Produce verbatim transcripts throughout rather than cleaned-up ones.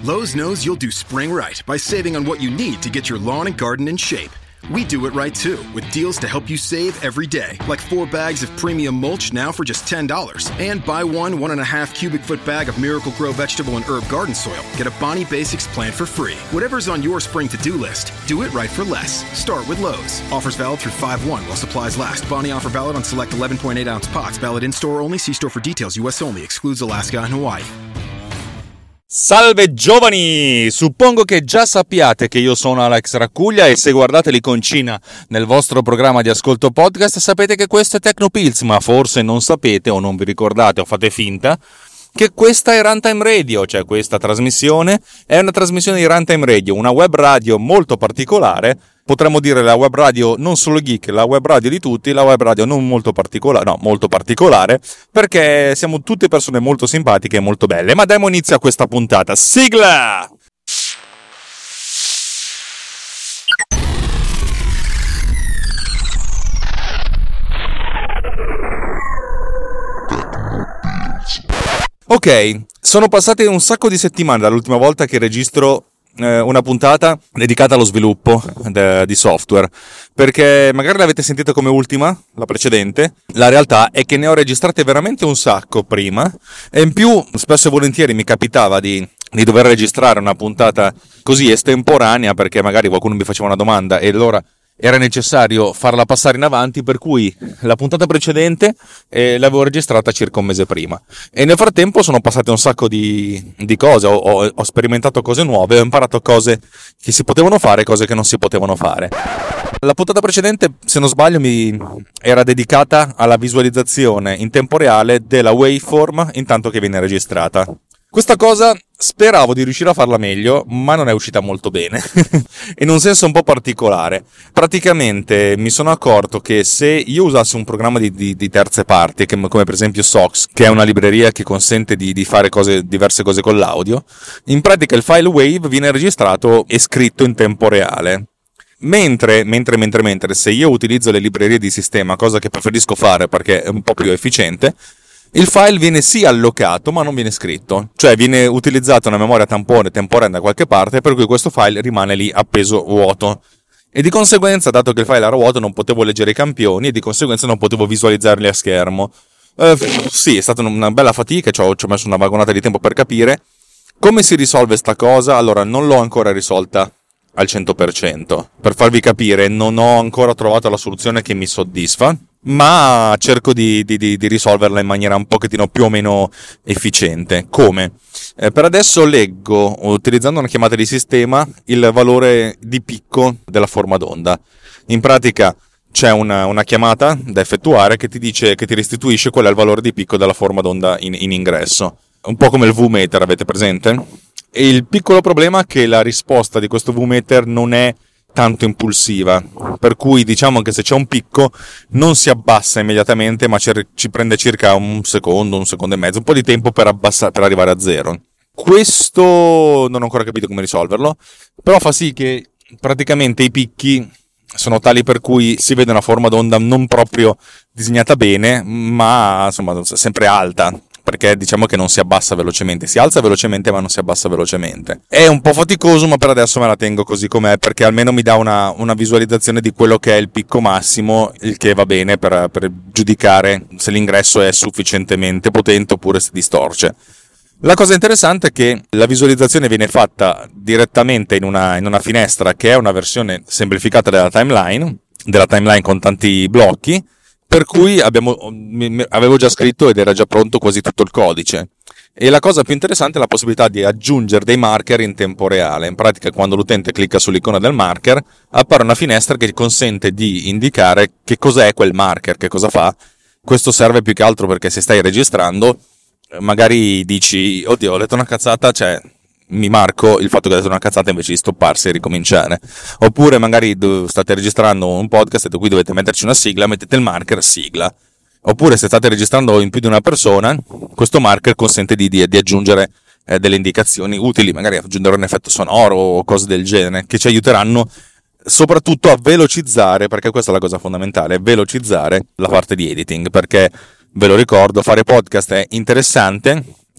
Lowe's knows you'll do spring right by saving on what you need to get your lawn and garden in shape. We do it right too, with deals to help you save every day, like four bags of premium mulch now for just ten dollars. And buy one one and a half cubic foot bag of Miracle Grow vegetable and herb garden soil. Get a Bonnie Basics plant for free. Whatever's on your spring to-do list, do it right for less. Start with Lowe's. Offers valid through five one while supplies last. Bonnie offer valid on select eleven point eight ounce pots. Valid in-store only. See store for details. U S only. Excludes Alaska and Hawaii. Salve giovani! Suppongo che già sappiate che io sono Alex Raccuglia e se guardate l'iconcina nel vostro programma di ascolto podcast sapete che questo è Tecnopills, ma forse non sapete o non vi ricordate o fate finta che questa è Runtime Radio, cioè questa trasmissione è una trasmissione di Runtime Radio, una web radio molto particolare. Potremmo dire la web radio non solo geek, la web radio di tutti, la web radio non molto particolare, no, molto particolare, perché siamo tutte persone molto simpatiche e molto belle. Ma diamo inizio a questa puntata. Sigla! Ok, sono passate un sacco di settimane dall'ultima volta che registro una puntata dedicata allo sviluppo de, di software, perché magari l'avete sentita come ultima, la precedente. La realtà è che ne ho registrate veramente un sacco prima e in più spesso e volentieri mi capitava di, di dover registrare una puntata così estemporanea perché magari qualcuno mi faceva una domanda e allora era necessario farla passare in avanti, per cui la puntata precedente eh, l'avevo registrata circa un mese prima. E nel frattempo sono passate un sacco di, di cose, ho, ho, ho sperimentato cose nuove, ho imparato cose che si potevano fare e cose che non si potevano fare. La puntata precedente, se non sbaglio, mi era dedicata alla visualizzazione in tempo reale della waveform intanto che viene registrata. Questa cosa speravo di riuscire a farla meglio, ma non è uscita molto bene, in un senso un po' particolare. Praticamente mi sono accorto che se io usassi un programma di, di, di terze parti, che, come per esempio Sox, che è una libreria che consente di, di fare cose, diverse cose con l'audio, in pratica il file wave viene registrato e scritto in tempo reale. Mentre, mentre, mentre, mentre, se io utilizzo le librerie di sistema, cosa che preferisco fare perché è un po' più efficiente, il file viene sì allocato ma non viene scritto, cioè viene utilizzato una memoria tampone temporanea da qualche parte, per cui questo file rimane lì appeso vuoto. E di conseguenza, dato che il file era vuoto, non potevo leggere i campioni e di conseguenza non potevo visualizzarli a schermo. Eh, sì, è stata una bella fatica, ci ho, ci ho messo una vagonata di tempo per capire. Come si risolve sta cosa? Allora, non l'ho ancora risolta al cento per cento. Per farvi capire, non ho ancora trovato la soluzione che mi soddisfa, ma cerco di, di, di risolverla in maniera un pochettino più o meno efficiente. Come? Eh, per adesso leggo, utilizzando una chiamata di sistema, il valore di picco della forma d'onda. In pratica c'è una, una chiamata da effettuare che ti dice, che ti restituisce qual è il valore di picco della forma d'onda in, in ingresso. Un po' come il V-meter, avete presente? E il piccolo problema è che la risposta di questo V-meter non è tanto impulsiva, per cui diciamo che se c'è un picco non si abbassa immediatamente, ma ci prende circa un secondo, un secondo e mezzo, un po' di tempo per abbassare, per arrivare a zero. Questo non ho ancora capito come risolverlo, però fa sì che praticamente i picchi sono tali per cui si vede una forma d'onda non proprio disegnata bene, ma insomma sempre alta, perché diciamo che non si abbassa velocemente, si alza velocemente ma non si abbassa velocemente. È un po' faticoso, ma per adesso me la tengo così com'è, perché almeno mi dà una, una visualizzazione di quello che è il picco massimo, il che va bene per, per giudicare se l'ingresso è sufficientemente potente oppure si distorce. La cosa interessante è che la visualizzazione viene fatta direttamente in una, in una finestra che è una versione semplificata della timeline, della timeline con tanti blocchi, per cui abbiamo, avevo già scritto ed era già pronto quasi tutto il codice. E la cosa più interessante è la possibilità di aggiungere dei marker in tempo reale. In pratica, quando l'utente clicca sull'icona del marker, appare una finestra che consente di indicare che cos'è quel marker, che cosa fa. Questo serve più che altro perché se stai registrando, magari dici, oddio, ho letto una cazzata, cioè mi marco il fatto che ho detto una cazzata invece di stopparsi e ricominciare. Oppure magari state registrando un podcast e qui dovete metterci una sigla, mettete il marker sigla. Oppure se state registrando in più di una persona, questo marker consente di, di, di aggiungere eh, delle indicazioni utili, magari aggiungere un effetto sonoro o cose del genere, che ci aiuteranno soprattutto a velocizzare, perché questa è la cosa fondamentale, velocizzare la parte di editing, perché ve lo ricordo, fare podcast è interessante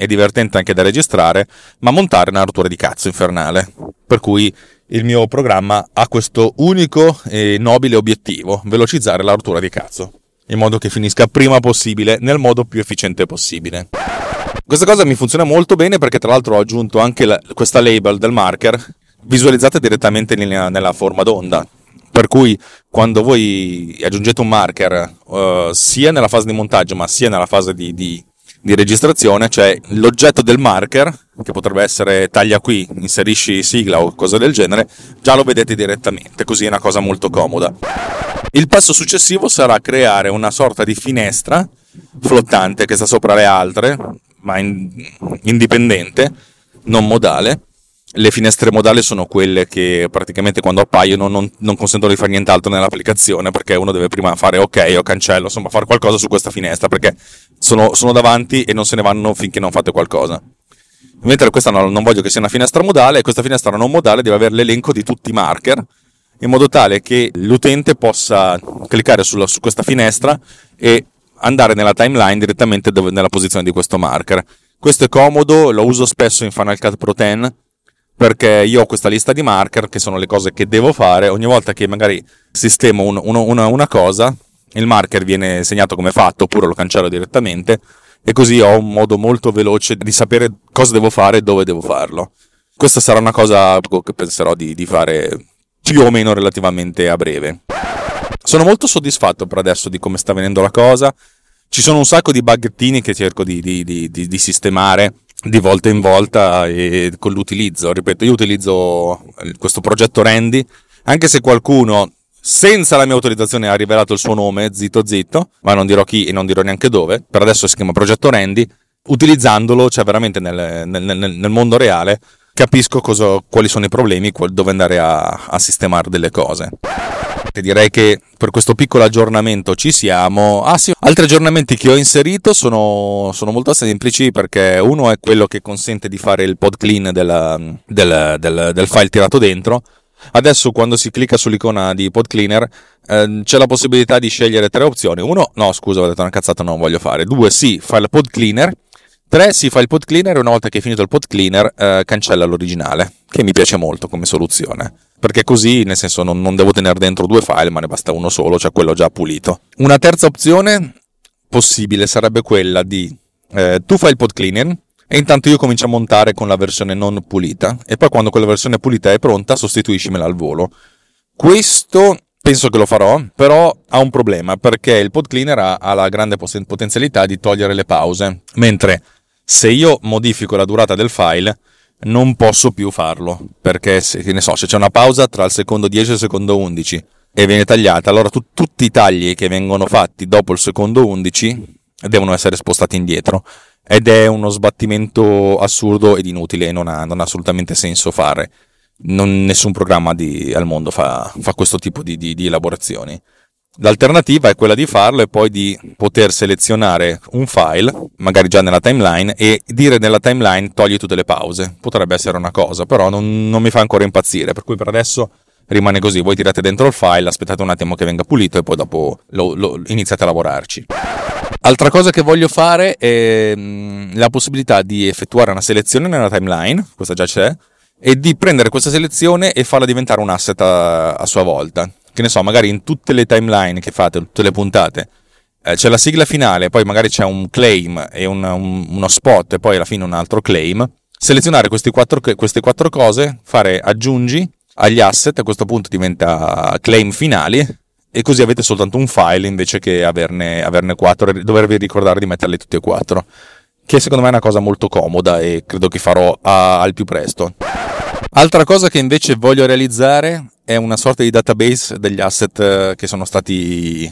è divertente anche da registrare, ma montare è una rottura di cazzo infernale. Per cui il mio programma ha questo unico e nobile obiettivo: velocizzare la rottura di cazzo, in modo che finisca prima possibile, nel modo più efficiente possibile. Questa cosa mi funziona molto bene perché tra l'altro ho aggiunto anche la, questa label del marker visualizzata direttamente nella, nella forma d'onda. Per cui quando voi aggiungete un marker uh, sia nella fase di montaggio ma sia nella fase di, di, di registrazione, cioè l'oggetto del marker, che potrebbe essere taglia qui, inserisci sigla o cose del genere, già lo vedete direttamente, così è una cosa molto comoda. Il passo successivo sarà creare una sorta di finestra flottante che sta sopra le altre, ma in, indipendente, non modale. Le finestre modali sono quelle che praticamente quando appaiono non, non consentono di fare nient'altro nell'applicazione, perché uno deve prima fare ok o cancello, insomma fare qualcosa su questa finestra, perché sono, sono davanti e non se ne vanno finché non fate qualcosa. Mentre questa no, non voglio che sia una finestra modale, e questa finestra non modale deve avere l'elenco di tutti i marker, in modo tale che l'utente possa cliccare sulla, su questa finestra e andare nella timeline direttamente dove, nella posizione di questo marker. Questo è comodo, lo uso spesso in Final Cut Pro dieci, perché io ho questa lista di marker che sono le cose che devo fare. Ogni volta che magari sistemo un, un, una, una cosa, il marker viene segnato come fatto oppure lo cancello direttamente, e così ho un modo molto veloce di sapere cosa devo fare e dove devo farlo. Questa sarà una cosa che penserò di, di fare più o meno relativamente a breve. Sono molto soddisfatto per adesso di come sta venendo la cosa. Ci sono un sacco di buggettini che cerco di, di, di, di, di sistemare di volta in volta e con l'utilizzo. Ripeto, io utilizzo questo progetto Randy, anche se qualcuno senza la mia autorizzazione ha rivelato il suo nome, zitto zitto, ma non dirò chi e non dirò neanche dove. Per adesso si chiama progetto Randy. Utilizzandolo, cioè veramente nel, nel, nel, nel mondo reale, capisco cosa, quali sono i problemi, dove andare a, a sistemare delle cose. E direi che per questo piccolo aggiornamento ci siamo. Ah sì, altri aggiornamenti che ho inserito sono, sono molto semplici, perché uno è quello che consente di fare il pod clean della, del, del, del file tirato dentro. Adesso quando si clicca sull'icona di pod cleaner eh, c'è la possibilità di scegliere tre opzioni. Uno, no scusa, ho detto una cazzata, non voglio fare. Due, sì, fa il pod cleaner. Tre, si fa il pod cleaner e una volta che è finito il pod cleaner eh, cancella l'originale, che mi piace molto come soluzione, perché così, nel senso, non, non devo tenere dentro due file, ma ne basta uno solo, cioè quello già pulito. Una terza opzione possibile sarebbe quella di eh, tu fai il pod cleaner e intanto io comincio a montare con la versione non pulita, e poi quando quella versione pulita è pronta sostituiscimela al volo. Questo penso che lo farò, però ha un problema, perché il pod cleaner ha, ha la grande potenzialità di togliere le pause, mentre se io modifico la durata del file non posso più farlo, perché se, che ne so, se c'è una pausa tra il secondo dieci e il secondo undici e viene tagliata, allora tu, tutti i tagli che vengono fatti dopo il secondo undici devono essere spostati indietro, ed è uno sbattimento assurdo ed inutile, e non ha, non ha assolutamente senso fare. Non, nessun programma di, al mondo fa, fa questo tipo di, di, di elaborazioni. L'alternativa è quella di farlo e poi di poter selezionare un file, magari già nella timeline, e dire nella timeline togli tutte le pause. Potrebbe essere una cosa, però non, non mi fa ancora impazzire, per cui per adesso rimane così. Voi tirate dentro il file, aspettate un attimo che venga pulito e poi dopo lo, lo, iniziate a lavorarci. Altra cosa che voglio fare è mh, la possibilità di effettuare una selezione nella timeline, questa già c'è, e di prendere questa selezione e farla diventare un asset a, a sua volta. Che ne so, magari in tutte le timeline che fate, tutte le puntate, eh, c'è la sigla finale, poi magari c'è un claim e un, un, uno spot e poi alla fine un altro claim. Selezionare questi quattro, queste quattro cose, fare aggiungi agli asset, a questo punto diventa claim finali, e così avete soltanto un file invece che averne, averne quattro e dovervi ricordare di metterli tutti e quattro, che secondo me è una cosa molto comoda e credo che farò a, al più presto. Altra cosa che invece voglio realizzare è una sorta di database degli asset che sono stati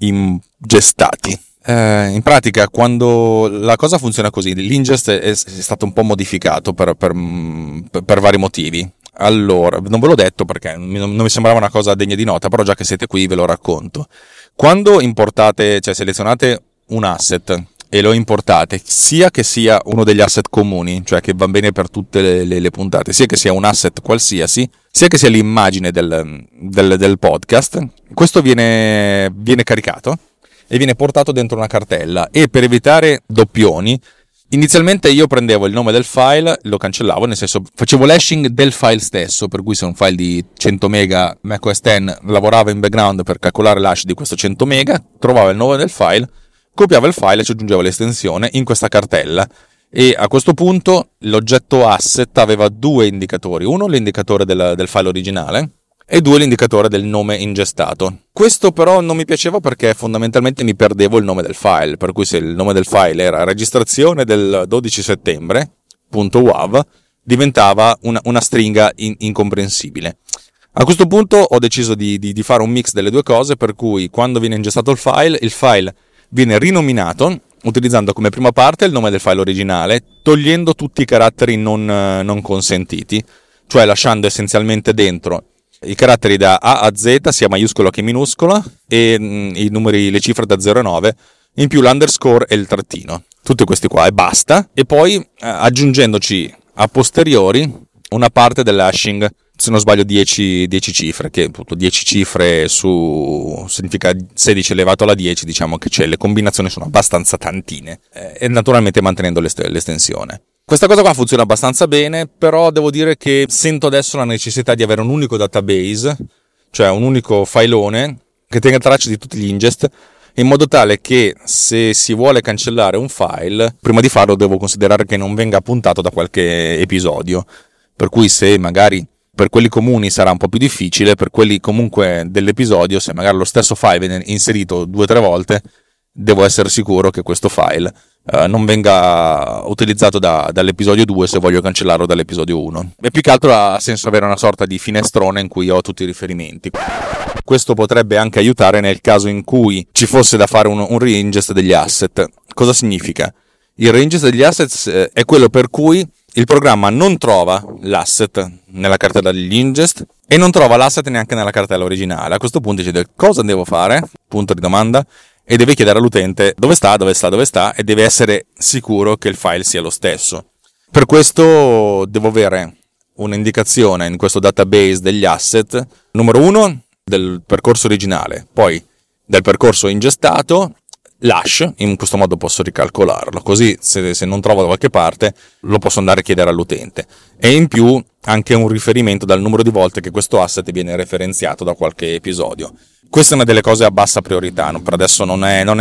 ingestati. Eh, in pratica, quando la cosa funziona così, l'ingest è, è stato un po' modificato per, per, per vari motivi. Allora, non ve l'ho detto perché non mi sembrava una cosa degna di nota, però già che siete qui ve lo racconto. Quando importate, cioè selezionate un asset e lo importate, sia che sia uno degli asset comuni, cioè che va bene per tutte le, le, le puntate, sia che sia un asset qualsiasi, sia che sia l'immagine del, del, del podcast, questo viene, viene caricato e viene portato dentro una cartella, e per evitare doppioni Inizialmente io prendevo il nome del file, lo cancellavo, nel senso facevo l'hashing del file stesso, per cui se un file di cento mega macOS X lavorava in background per calcolare l'hash di questo cento mega, trovavo il nome del file, copiavo il file e ci aggiungevo l'estensione in questa cartella. E a questo punto l'oggetto asset aveva due indicatori, uno l'indicatore del, del file originale e due l'indicatore del nome ingestato. Questo però non mi piaceva perché fondamentalmente mi perdevo il nome del file, per cui se il nome del file era registrazione del dodici settembre.wav diventava una, una stringa in, incomprensibile. A questo punto ho deciso di, di, di fare un mix delle due cose, per cui quando viene ingestato il file, il file viene rinominato utilizzando come prima parte il nome del file originale, togliendo tutti i caratteri non, non consentiti, cioè lasciando essenzialmente dentro i caratteri da A a Z, sia maiuscola che minuscola, e mh, i numeri, le cifre da zero a nove, in più l'underscore e il trattino. Tutti questi qua e basta. E poi eh, aggiungendoci a posteriori una parte dell'hashing, se non sbaglio dieci, dieci cifre, che appunto dieci cifre su significa sedici elevato alla dieci, diciamo che c'è, le combinazioni sono abbastanza tantine, eh, e naturalmente mantenendo l'est- l'estensione. Questa cosa qua funziona abbastanza bene, però devo dire che sento adesso la necessità di avere un unico database, cioè un unico filone che tenga traccia di tutti gli ingest, in modo tale che se si vuole cancellare un file, prima di farlo devo considerare che non venga puntato da qualche episodio, per cui se magari per quelli comuni sarà un po' più difficile, per quelli comunque dell'episodio, se magari lo stesso file viene inserito due o tre volte, devo essere sicuro che questo file uh, non venga utilizzato da, dall'episodio due se voglio cancellarlo dall'episodio uno. E più che altro ha senso avere una sorta di finestrone in cui ho tutti i riferimenti. Questo potrebbe anche aiutare nel caso in cui ci fosse da fare un, un reingest degli asset. Cosa significa? Il reingest degli assets eh, è quello per cui il programma non trova l'asset nella cartella degli ingest e non trova l'asset neanche nella cartella originale. A questo punto dice cosa devo fare? Punto di domanda. E deve chiedere all'utente dove sta, dove sta, dove sta, e deve essere sicuro che il file sia lo stesso. Per questo devo avere un'indicazione in questo database degli asset, numero uno del percorso originale, poi del percorso ingestato, l'hash, in questo modo posso ricalcolarlo, così se, se non trovo da qualche parte lo posso andare a chiedere all'utente, e in più anche un riferimento dal numero di volte che questo asset viene referenziato da qualche episodio. Questa è una delle cose a bassa priorità, no? Per adesso non è, non è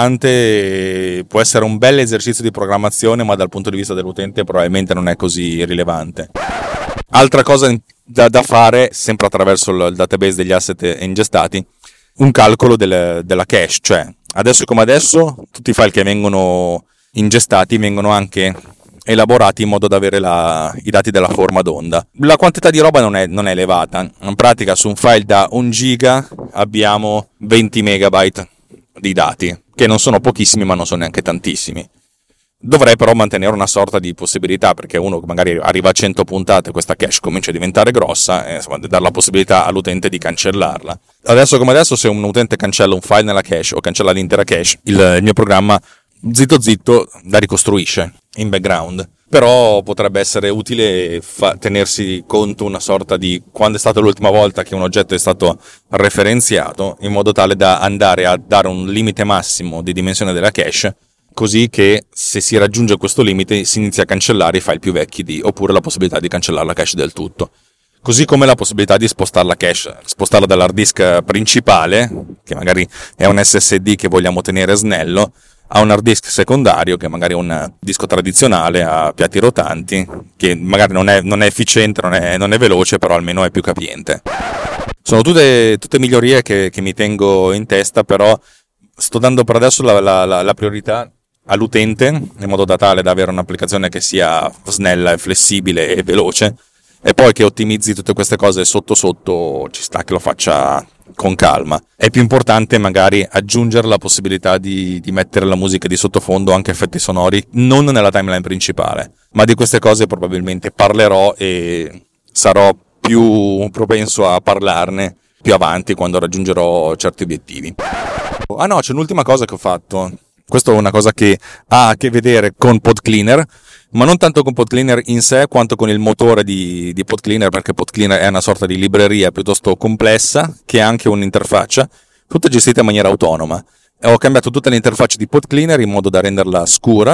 importante, può essere un bel esercizio di programmazione, ma dal punto di vista dell'utente probabilmente non è così rilevante. Altra cosa da, da fare, sempre attraverso il database degli asset ingestati, un calcolo del, della cache, cioè adesso come adesso tutti i file che vengono ingestati vengono anche elaborati in modo da avere la, i dati della forma d'onda. La quantità di roba non è, non è elevata, in pratica su un file da un giga abbiamo venti megabyte di dati, che non sono pochissimi ma non sono neanche tantissimi. Dovrei però mantenere una sorta di possibilità, perché uno magari arriva a cento puntate, questa cache comincia a diventare grossa, e insomma dare la possibilità all'utente di cancellarla. Adesso come adesso, se un utente cancella un file nella cache o cancella l'intera cache, il, il mio programma zitto zitto la ricostruisce in background. Però potrebbe essere utile fa- tenersi conto una sorta di quando è stata l'ultima volta che un oggetto è stato referenziato, in modo tale da andare a dare un limite massimo di dimensione della cache, così che se si raggiunge questo limite si inizia a cancellare i file più vecchi di, oppure la possibilità di cancellare la cache del tutto. Così come la possibilità di spostare la cache, spostarla dall'hard disk principale, che magari è un S S D che vogliamo tenere snello, a un hard disk secondario che magari è un disco tradizionale a piatti rotanti, che magari non è, non è efficiente, non è, non è veloce, però almeno è più capiente. Sono tutte, tutte migliorie che, che mi tengo in testa, però sto dando per adesso la, la, la, la priorità all'utente, in modo da tale da avere un'applicazione che sia snella e flessibile e veloce, e poi che ottimizzi tutte queste cose sotto sotto ci sta che lo faccia con calma. È più importante magari aggiungere la possibilità di, di mettere la musica di sottofondo, anche effetti sonori, non nella timeline principale, ma di queste cose probabilmente parlerò e sarò più propenso a parlarne più avanti quando raggiungerò certi obiettivi. Ah no, c'è un'ultima cosa che ho fatto. Questa è una cosa che ha a che vedere con PodCleaner, ma non tanto con PodCleaner in sé quanto con il motore di, di PodCleaner, perché PodCleaner è una sorta di libreria piuttosto complessa che ha anche un'interfaccia tutta gestita in maniera autonoma. Ho cambiato tutta l'interfaccia di PodCleaner in modo da renderla scura,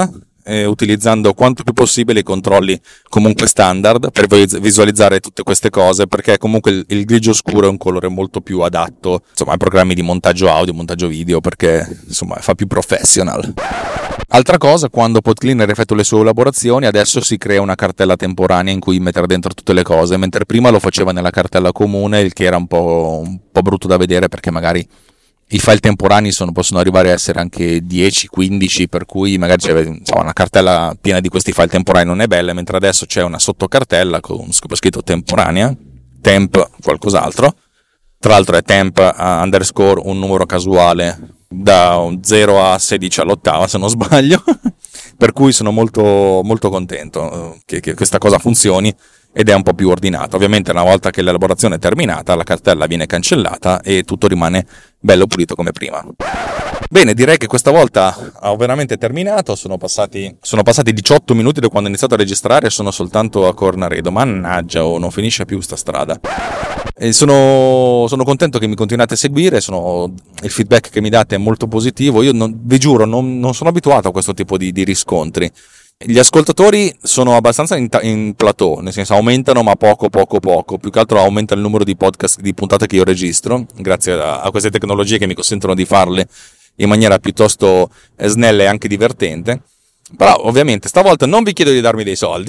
eh, utilizzando quanto più possibile i controlli comunque standard per visualizzare tutte queste cose, perché comunque il, il grigio scuro è un colore molto più adatto, insomma, ai programmi di montaggio audio, montaggio video, perché insomma fa più professional. Altra cosa, quando PodCleaner effettua le sue elaborazioni, adesso si crea una cartella temporanea in cui mettere dentro tutte le cose, mentre prima lo faceva nella cartella comune, il che era un po', un po' brutto da vedere, perché magari i file temporanei sono, possono arrivare a essere anche dieci quindici, per cui magari c'è, insomma, una cartella piena di questi file temporanei non è bella, mentre adesso c'è una sottocartella con scritto temporanea, temp qualcos'altro, tra l'altro è temp underscore un numero casuale da zero a sedici all'ottava se non sbaglio, per cui sono molto, molto contento che, che questa cosa funzioni ed è un po' più ordinato. Ovviamente una volta che l'elaborazione è terminata la cartella viene cancellata e tutto rimane bello pulito come prima. Bene, direi che questa volta ho veramente terminato, sono passati, sono passati diciotto minuti da quando ho iniziato a registrare e sono soltanto a Cornaredo, mannaggia, oh, non finisce più sta strada. E sono, sono contento che mi continuate a seguire, sono, il feedback che mi date è molto positivo, io non, vi giuro non, non sono abituato a questo tipo di, di riscontri. Gli ascoltatori sono abbastanza in, in plateau, nel senso aumentano ma poco poco poco, più che altro aumenta il numero di podcast, di puntate che io registro, grazie a, a queste tecnologie che mi consentono di farle in maniera piuttosto snella e anche divertente. Però ovviamente stavolta non vi chiedo di darmi dei soldi,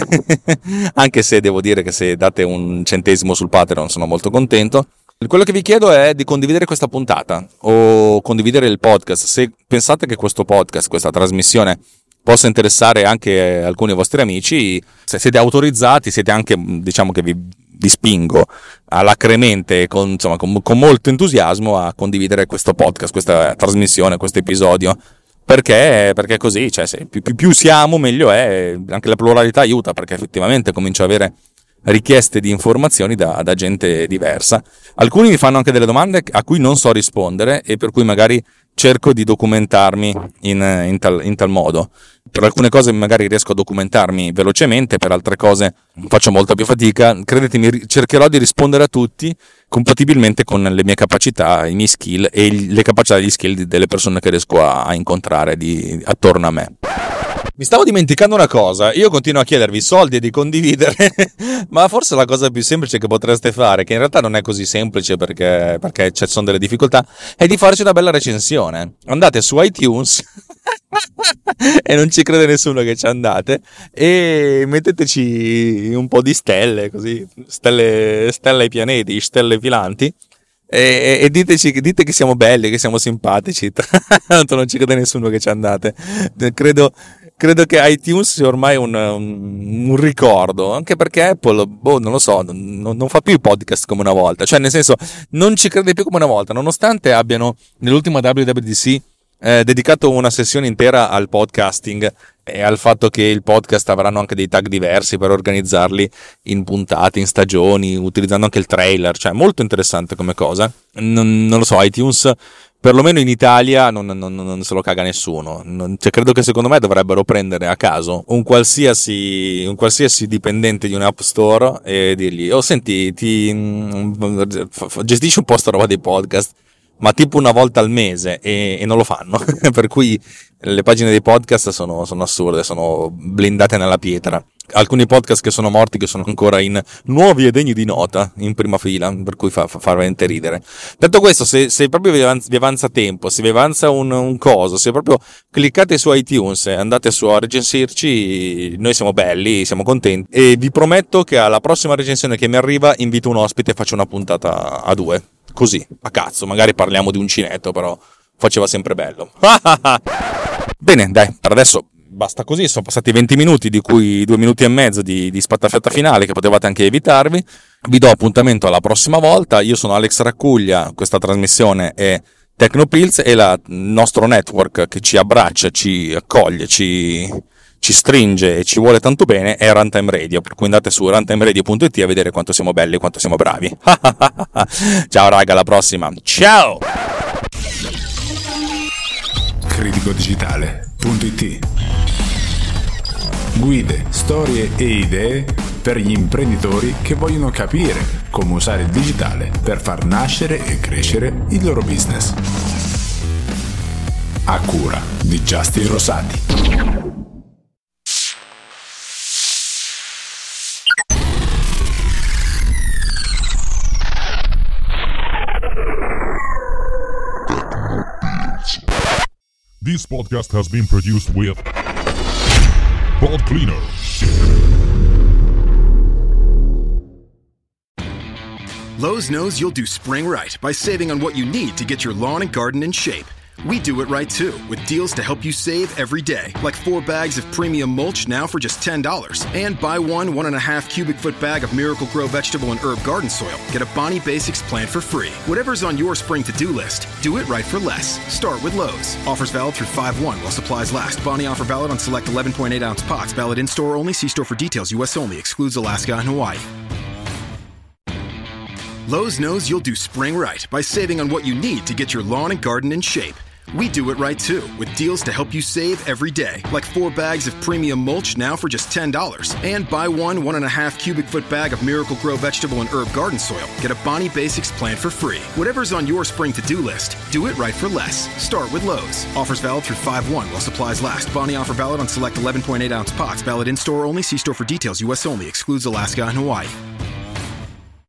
anche se devo dire che se date un centesimo sul Patreon sono molto contento. Quello che vi chiedo è di condividere questa puntata o condividere il podcast. Se pensate che questo podcast, questa trasmissione possa interessare anche alcuni vostri amici, se siete autorizzati, siete anche, diciamo che vi, vi spingo alacremente, con, insomma, con, con molto entusiasmo a condividere questo podcast, questa trasmissione, questo episodio, perché, perché così, cioè, se più, più, più siamo meglio è, anche la pluralità aiuta, perché effettivamente comincio a avere richieste di informazioni da, da gente diversa. Alcuni mi fanno anche delle domande a cui non so rispondere e per cui magari cerco di documentarmi in, in, tal, in tal modo. Per alcune cose magari riesco a documentarmi velocemente, per altre cose faccio molta più fatica. Credetemi, cercherò di rispondere a tutti compatibilmente con le mie capacità, i miei skill e le capacità e gli skill delle persone che riesco a, a incontrare di, attorno a me. Mi stavo dimenticando una cosa, io continuo a chiedervi soldi e di condividere, ma forse la cosa più semplice che potreste fare, che in realtà non è così semplice perché, perché ci sono delle difficoltà, è di farci una bella recensione. Andate su iTunes e non ci crede nessuno che ci andate e metteteci un po' di stelle, così, stelle, stelle ai pianeti, stelle filanti. E, e diteci, dite che siamo belli, che siamo simpatici, tanto non ci crede nessuno che ci andate. Credo, credo che iTunes sia ormai un, un, un ricordo, anche perché Apple, boh, non lo so, non, non fa più i podcast come una volta, cioè nel senso non ci crede più come una volta, nonostante abbiano nell'ultima W W D C eh, dedicato una sessione intera al podcasting e al fatto che il podcast avranno anche dei tag diversi per organizzarli in puntate, in stagioni, utilizzando anche il trailer, cioè molto interessante come cosa. Non, non lo so, iTunes perlomeno in Italia non, non, non se lo caga nessuno, non, cioè credo che secondo me dovrebbero prendere a caso un qualsiasi, un qualsiasi dipendente di un app store e dirgli: oh senti, ti gestisci un po' sta roba dei podcast, ma tipo una volta al mese, e, e non lo fanno. Per cui le pagine dei podcast sono, sono assurde, sono blindate nella pietra. Alcuni podcast che sono morti, che sono ancora in nuovi e degni di nota in prima fila, per cui fa, fa, fa veramente ridere. Detto questo, se, se proprio vi avanza, vi avanza tempo, se vi avanza un, un coso, se proprio cliccate su iTunes e andate su a recensirci, noi siamo belli, siamo contenti e vi prometto che alla prossima recensione che mi arriva invito un ospite e faccio una puntata a due. Così, a cazzo, magari parliamo di uncinetto, però faceva sempre bello. Bene, dai, per adesso basta così, sono passati venti minuti, di cui due minuti e mezzo di, di spattafiata finale che potevate anche evitarvi. Vi do appuntamento alla prossima volta, io sono Alex Raccuglia, questa trasmissione è Tecnopills e la, il nostro network che ci abbraccia, ci accoglie, ci... ci stringe e ci vuole tanto bene è Runtime Radio, per cui andate su runtime radio punto it a vedere quanto siamo belli e quanto siamo bravi. Ciao raga, alla prossima, ciao. critico digitale punto it. Guide, storie e idee per gli imprenditori che vogliono capire come usare il digitale per far nascere e crescere il loro business. A cura di Justin Rosati. This podcast has been produced with Pod Cleaner. Lowe's knows you'll do spring right by saving on what you need to get your lawn and garden in shape. We do it right too, with deals to help you save every day, like four bags of premium mulch now for just ten dollars. And buy one one and a half cubic foot bag of Miracle-Gro vegetable and herb garden soil. Get a Bonnie Basics plant for free. Whatever's on your spring to-do list, do it right for less. Start with Lowe's. Offers valid through five one while supplies last. Bonnie offer valid on select eleven point eight ounce pots. Valid in-store only. See store for details. U S only. Excludes Alaska and Hawaii. Lowe's knows you'll do spring right by saving on what you need to get your lawn and garden in shape. We do it right too, with deals to help you save every day, like four bags of premium mulch now for just ten dollars. And buy one one and a half cubic foot bag of Miracle-Gro vegetable and herb garden soil. Get a Bonnie Basics plant for free. Whatever's on your spring to-do list, do it right for less. Start with Lowe's. Offers valid through five one while supplies last. Bonnie offer valid on select eleven point eight ounce pots. Valid in-store only. See store for details. U S only. Excludes Alaska and Hawaii.